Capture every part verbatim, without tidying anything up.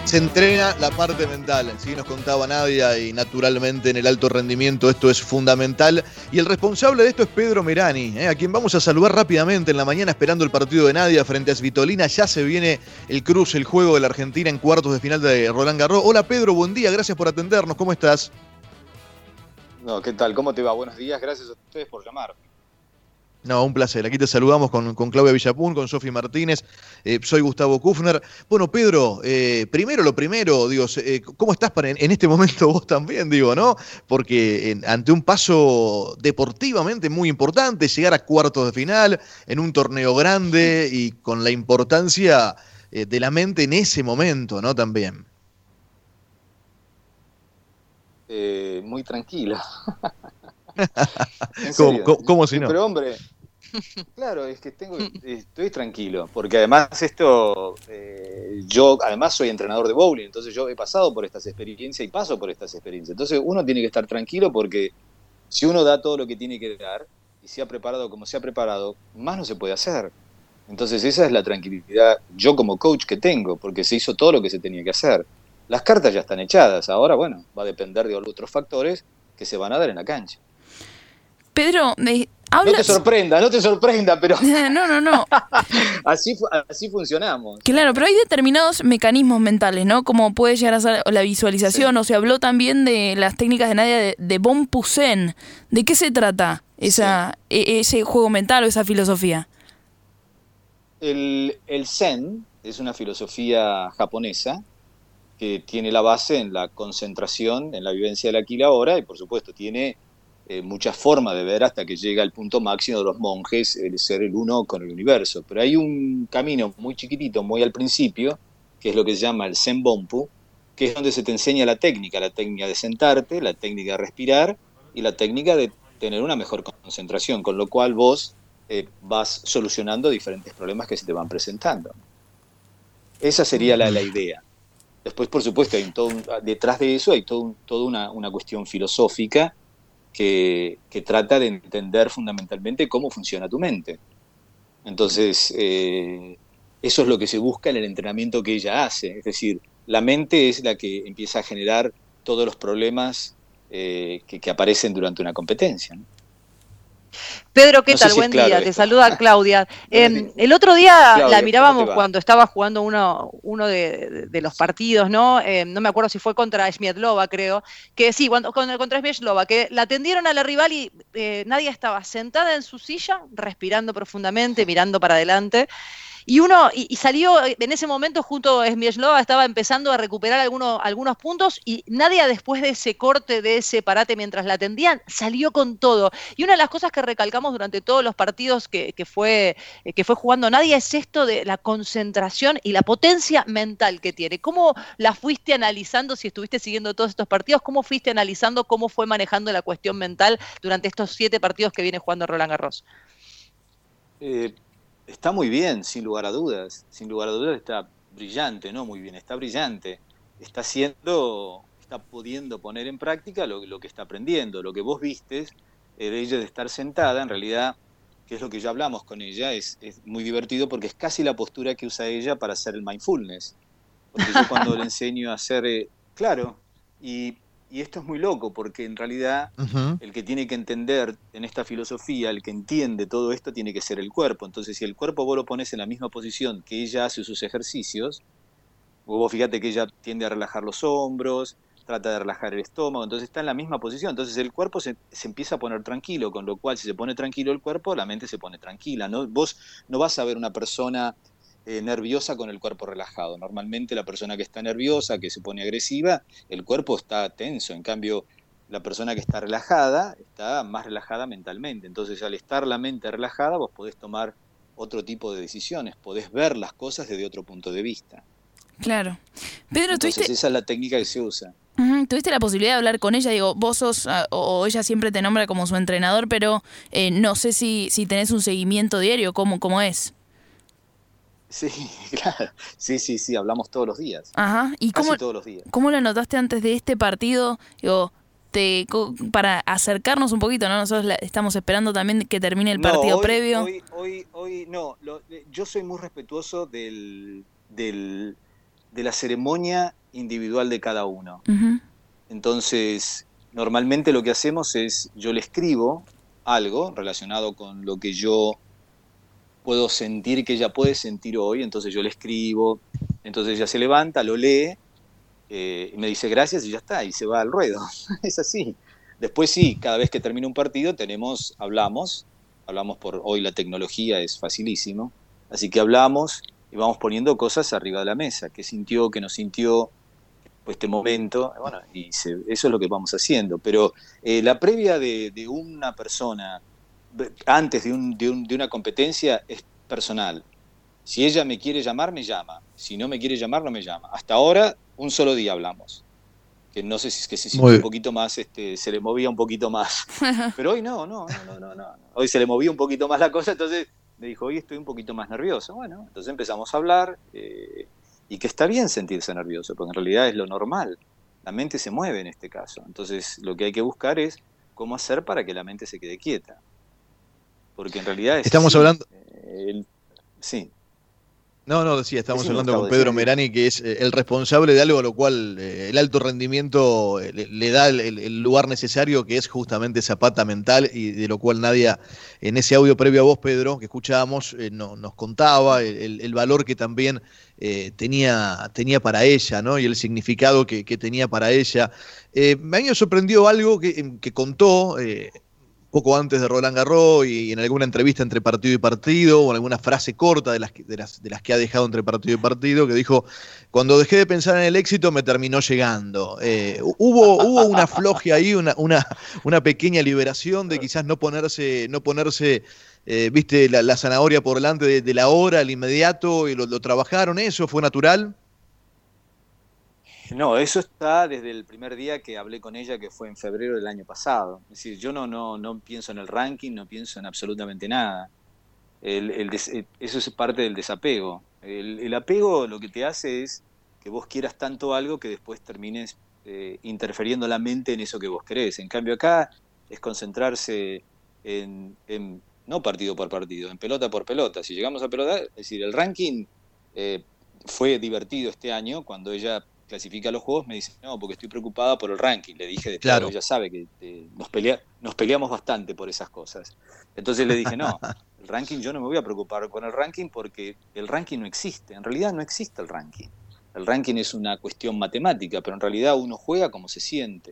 Se entrena la parte mental, ¿sí? Nos contaba Nadia, y naturalmente en el alto rendimiento esto es fundamental. Y el responsable de esto es Pedro Merani, ¿eh? A quien vamos a saludar rápidamente en la mañana esperando el partido de Nadia frente a Svitolina. Ya se viene el cruce, el juego de la Argentina en cuartos de final de Roland Garros. Hola Pedro, buen día, gracias por atendernos, ¿cómo estás? No, ¿qué tal? ¿Cómo te va? Buenos días, gracias a ustedes por llamar. No, un placer. Aquí te saludamos con, con Claudia Villapun, con Sofi Martínez. Eh, soy Gustavo Kufner. Bueno, Pedro, eh, primero lo primero, digo, eh, ¿cómo estás para en, en este momento vos también, digo, no? Porque en, ante un paso deportivamente muy importante, llegar a cuartos de final en un torneo grande y con la importancia eh, de la mente en ese momento, ¿no? También. Eh, muy tranquilo. En ¿Cómo, serio. cómo, cómo si no? Pero hombre, claro, es que tengo, estoy tranquilo, porque además esto, eh, yo además soy entrenador de bowling, entonces yo he pasado por estas experiencias y paso por estas experiencias. Entonces uno tiene que estar tranquilo porque si uno da todo lo que tiene que dar y se ha preparado como se ha preparado, más no se puede hacer. Entonces esa es la tranquilidad yo como coach que tengo, porque se hizo todo lo que se tenía que hacer. Las cartas ya están echadas, ahora bueno, va a depender de otros factores que se van a dar en la cancha. Pedro, me hablas... No te sorprenda, no te sorprenda, pero... no, no, no. así, así funcionamos. Claro, pero hay determinados mecanismos mentales, ¿no? Como puede llegar a ser la visualización, sí. O se habló también de las técnicas de Nadia de, de Bonpusén. ¿De qué se trata esa, sí. e, ese juego mental o esa filosofía? El, el Zen es una filosofía japonesa que tiene la base en la concentración, en la vivencia del aquí y la ahora, y por supuesto tiene... Eh, muchas formas de ver hasta que llega el punto máximo de los monjes, el ser el uno con el universo. Pero hay un camino muy chiquitito, muy al principio, que es lo que se llama el Zen Bonpu, que es donde se te enseña la técnica, la técnica de sentarte, la técnica de respirar y la técnica de tener una mejor concentración, con lo cual vos eh, vas solucionando diferentes problemas que se te van presentando. Esa sería la, la idea. Después, por supuesto, hay todo un, detrás de eso hay todo, toda una, una cuestión filosófica Que, que trata de entender fundamentalmente cómo funciona tu mente. Entonces, eh, eso es lo que se busca en el entrenamiento que ella hace. Es decir, la mente es la que empieza a generar todos los problemas eh, que, que aparecen durante una competencia, ¿no? Pedro, ¿qué no tal? Si Buen claro día, esto. te saluda Claudia. eh, el otro día Claudia, la mirábamos va? cuando estaba jugando uno, uno de, de, de los partidos, ¿no? Eh, no me acuerdo si fue contra Smietlova, creo, que sí, cuando, contra Smietlova, que la atendieron a la rival y eh, Nadia estaba sentada en su silla, respirando profundamente, mirando para adelante. Y uno, y, y salió, en ese momento junto a Smietlova estaba empezando a recuperar algunos, algunos puntos y Nadia después de ese corte, de ese parate mientras la atendían, salió con todo. Y una de las cosas que recalcamos durante todos los partidos que, que, fue, que fue jugando Nadia es esto de la concentración y la potencia mental que tiene. ¿Cómo la fuiste analizando, si estuviste siguiendo todos estos partidos, cómo fuiste analizando cómo fue manejando la cuestión mental durante estos siete partidos que viene jugando Roland Garros? Eh... Está muy bien, sin lugar a dudas. Sin lugar a dudas está brillante, no muy bien, está brillante. Está haciendo, está pudiendo poner en práctica lo, lo que está aprendiendo. Lo que vos vistes eh, de ella de estar sentada, en realidad, que es lo que ya hablamos con ella, es, es muy divertido porque es casi la postura que usa ella para hacer el mindfulness. Porque yo cuando le enseño a hacer, eh, claro, y... Y esto es muy loco, porque en realidad uh-huh. el que tiene que entender en esta filosofía, el que entiende todo esto, tiene que ser el cuerpo. Entonces, si el cuerpo vos lo pones en la misma posición que ella hace sus ejercicios, vos fíjate que ella tiende a relajar los hombros, trata de relajar el estómago, entonces está en la misma posición. Entonces el cuerpo se, se empieza a poner tranquilo, con lo cual si se pone tranquilo el cuerpo, la mente se pone tranquila, ¿no? Vos no vas a ver una persona... Eh, nerviosa con el cuerpo relajado. Normalmente la persona que está nerviosa, que se pone agresiva, el cuerpo está tenso. En cambio, la persona que está relajada está más relajada mentalmente. Entonces, al estar la mente relajada, vos podés tomar otro tipo de decisiones, podés ver las cosas desde otro punto de vista. Claro. Pedro, Entonces, ¿tuviste... esa es la técnica que se usa. Uh-huh. ¿Tuviste la posibilidad de hablar con ella? Digo, vos sos, uh, o ella siempre te nombra como su entrenador, pero eh, no sé si, si tenés un seguimiento diario, ¿cómo, cómo es? Sí, claro. Sí, sí, sí, hablamos todos los días. Ajá. ¿Y casi cómo, todos los días. ¿Cómo lo notaste antes de este partido? Digo, te, para acercarnos un poquito, ¿no? Nosotros la, estamos esperando también que termine el no, partido hoy, previo. Hoy, hoy, hoy, no. Lo, yo soy muy respetuoso del, del, de la ceremonia individual de cada uno. Ujú. Entonces, normalmente lo que hacemos es, yo le escribo algo relacionado con lo que yo puedo sentir que ella puede sentir hoy, entonces yo le escribo, entonces ella se levanta, lo lee, eh, y me dice gracias y ya está, y se va al ruedo. Es así. Después sí, cada vez que termina un partido tenemos, hablamos, hablamos por hoy la tecnología es facilísimo, así que hablamos y vamos poniendo cosas arriba de la mesa, qué sintió, qué no sintió, pues este momento, bueno, y se, eso es lo que vamos haciendo, pero eh, la previa de, de una persona antes de, un, de, un, de una competencia es personal. Si ella me quiere llamar, me llama, si no me quiere llamar, no me llama. Hasta ahora, un solo día hablamos, que no sé si es que se sintió un poquito más, este, se le movía un poquito más, pero hoy no, no, no, no, no, no, hoy se le movía un poquito más la cosa, entonces me dijo, hoy estoy un poquito más nervioso. Bueno, entonces empezamos a hablar, eh, y que está bien sentirse nervioso, porque en realidad es lo normal. La mente se mueve en este caso. Entonces lo que hay que buscar es cómo hacer para que la mente se quede quieta. Porque en realidad es Estamos así. hablando... Eh, el, sí. No, no, sí, estamos Decime, hablando Gustavo, con Pedro decime. Merani, que es eh, el responsable de algo a lo cual eh, el alto rendimiento eh, le, le da el, el lugar necesario, que es justamente esa pata mental, y de lo cual Nadia, en ese audio previo a vos, Pedro, que escuchábamos, eh, no, nos contaba el, el, el valor que también eh, tenía, tenía para ella, ¿no? Y el significado que, que tenía para ella. Eh, me sorprendió algo que, que contó... Eh, poco antes de Roland Garros y en alguna entrevista entre partido y partido, o en alguna frase corta de las, que, de, las, de las que ha dejado entre partido y partido, que dijo, cuando dejé de pensar en el éxito me terminó llegando. Eh, hubo, hubo una floje ahí, una, una, una pequeña liberación de quizás no ponerse, no ponerse eh, viste, la, la zanahoria por delante de, de la hora, al inmediato, y lo, lo trabajaron, ¿eso fue natural? No, eso está desde el primer día que hablé con ella, que fue en febrero del año pasado. Es decir, yo no, no, no pienso en el ranking, no pienso en absolutamente nada. El, el des, eso es parte del desapego. El, el apego lo que te hace es que vos quieras tanto algo que después termines eh, interfiriendo la mente en eso que vos querés. En cambio acá es concentrarse en, en, no partido por partido, en pelota por pelota. Si llegamos a pelota, es decir, el ranking eh, fue divertido este año cuando ella clasifica los juegos, me dice, no, porque estoy preocupada por el ranking. Le dije de claro. todo, ella sabe que eh, nos, pelea, nos peleamos bastante por esas cosas. Entonces le dije, no, el ranking yo no me voy a preocupar con el ranking porque el ranking no existe. En realidad no existe el ranking. El ranking es una cuestión matemática, pero en realidad uno juega como se siente.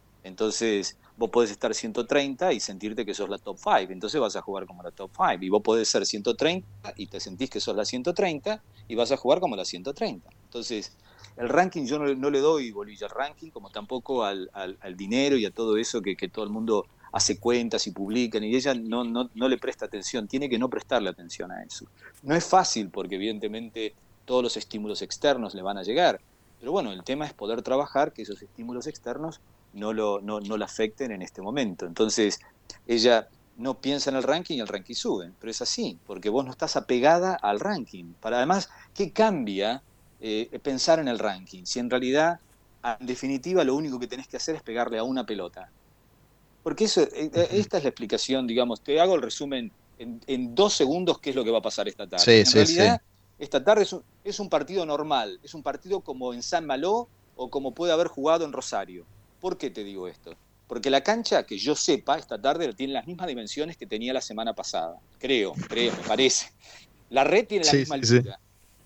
Entonces vos podés estar ciento treinta y sentirte que sos la top cinco, entonces vas a jugar como la top cinco. Y vos podés ser ciento treinta y te sentís que sos la ciento treinta y vas a jugar como la ciento treinta. Entonces el ranking yo no, no le doy bolilla al ranking, como tampoco al, al, al dinero y a todo eso que, que todo el mundo hace cuentas y publican, y ella no, no, no le presta atención, tiene que no prestarle atención a eso. No es fácil porque evidentemente todos los estímulos externos le van a llegar, pero bueno, el tema es poder trabajar que esos estímulos externos no lo, no, no la afecten en este momento. Entonces ella no piensa en el ranking y el ranking sube, pero es así, porque vos no estás apegada al ranking. Para además, ¿qué cambia Eh, pensar en el ranking, si en realidad, en definitiva, lo único que tenés que hacer es pegarle a una pelota? Porque eso, eh, esta es la explicación, digamos, te hago el resumen en, en dos segundos qué es lo que va a pasar esta tarde. Sí, en sí, realidad, sí. esta tarde es un, es un partido normal, es un partido como en San Malo o como puede haber jugado en Rosario. ¿Por qué te digo esto? Porque la cancha, que yo sepa, esta tarde tiene las mismas dimensiones que tenía la semana pasada. Creo, creo, me parece. La red tiene la sí, misma sí, altura. Sí.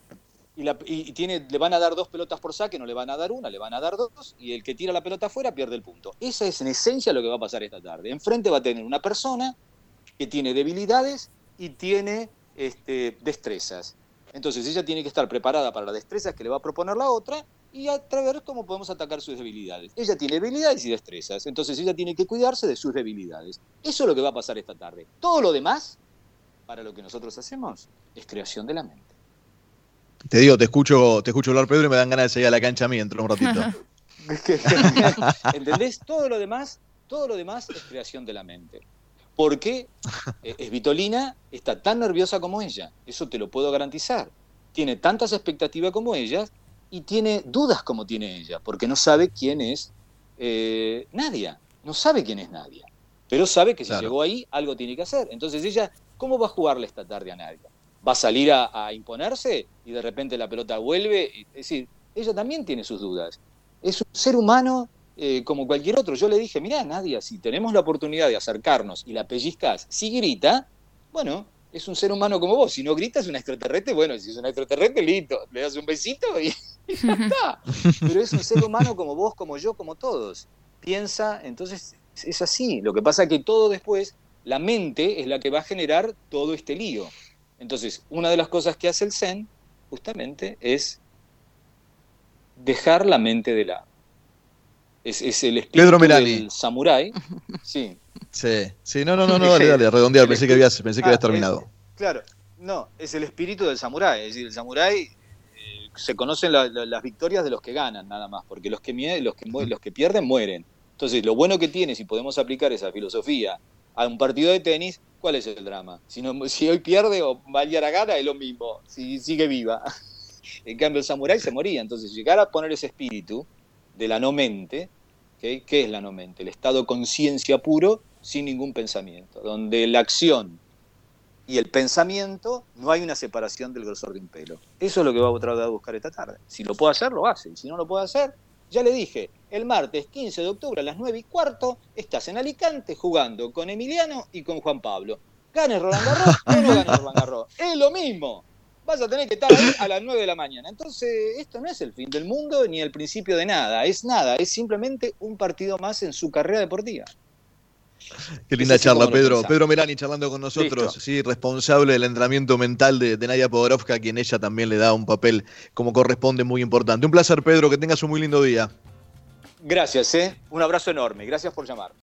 Y, la, y tiene, le van a dar dos pelotas por saque, no le van a dar una, le van a dar dos, y el que tira la pelota afuera pierde el punto. Esa es en esencia lo que va a pasar esta tarde. Enfrente va a tener una persona que tiene debilidades y tiene este, destrezas. Entonces ella tiene que estar preparada para las destrezas que le va a proponer la otra y a ver cómo podemos atacar sus debilidades. Ella tiene debilidades y destrezas, entonces ella tiene que cuidarse de sus debilidades. Eso es lo que va a pasar esta tarde. Todo lo demás, para lo que nosotros hacemos, es creación de la mente. Te digo, te escucho, te escucho hablar, Pedro, y me dan ganas de seguir a la cancha a mí dentro de un ratito. ¿Entendés? Todo lo demás, todo lo demás es creación de la mente. Porque Svitolina está tan nerviosa como ella, eso te lo puedo garantizar. Tiene tantas expectativas como ella y tiene dudas como tiene ella, porque no sabe quién es eh, Nadia, no sabe quién es Nadia, pero sabe que si claro. llegó ahí algo tiene que hacer. Entonces ella, ¿cómo va a jugarle esta tarde a Nadia? va a salir a, a imponerse y de repente la pelota vuelve. Es decir, ella también tiene sus dudas. Es un ser humano eh, como cualquier otro. Yo le dije, mirá, Nadia, si tenemos la oportunidad de acercarnos y la pellizcas, si grita, bueno, es un ser humano como vos. Si no grita, es un extraterrestre. Bueno, si es un extraterrestre, listo, le das un besito y, y ya está. Pero es un ser humano como vos, como yo, como todos. Piensa, entonces es así. Lo que pasa es que todo después, la mente es la que va a generar todo este lío. Entonces, una de las cosas que hace el Zen, justamente, es dejar la mente de lado. Es, es el espíritu Pedro Melani. del samurái. Sí. Sí, sí, no, no, no, no dale, dale, redondear, pensé que habías, pensé que habías ah, terminado. Es, claro, no, es el espíritu del samurái. Es decir, el samurái eh, se conocen la, la, las victorias de los que ganan, nada más, porque los que, los, que, los que pierden mueren. Entonces, lo bueno que tiene, si podemos aplicar esa filosofía a un partido de tenis, ¿cuál es el drama? Si, no, si hoy pierde o mañana gana, es lo mismo, si sigue viva. En cambio, el samurái se moría. Entonces, llegar a poner ese espíritu de la no mente, ¿okay? ¿Qué es la no mente? El estado conciencia puro, sin ningún pensamiento, donde la acción y el pensamiento no hay una separación del grosor de un pelo. Eso es lo que va a tratar de buscar esta tarde. Si lo puede hacer, lo hace. Y si no lo puede hacer, ya le dije, el martes quince de octubre a las nueve y cuarto estás en Alicante jugando con Emiliano y con Juan Pablo. ¿Gane Roland Garros o no gane Roland Garros? Es lo mismo. Vas a tener que estar ahí a las nueve de la mañana. Entonces, esto no es el fin del mundo ni el principio de nada. Es nada, es simplemente un partido más en su carrera deportiva. Qué linda charla, Pedro. Pedro Melani charlando con nosotros, Listo. sí, responsable del entrenamiento mental de, de Nadia Podoroska, a quien ella también le da un papel como corresponde muy importante. Un placer, Pedro, que tengas un muy lindo día. Gracias, ¿eh? Un abrazo enorme. Gracias por llamar.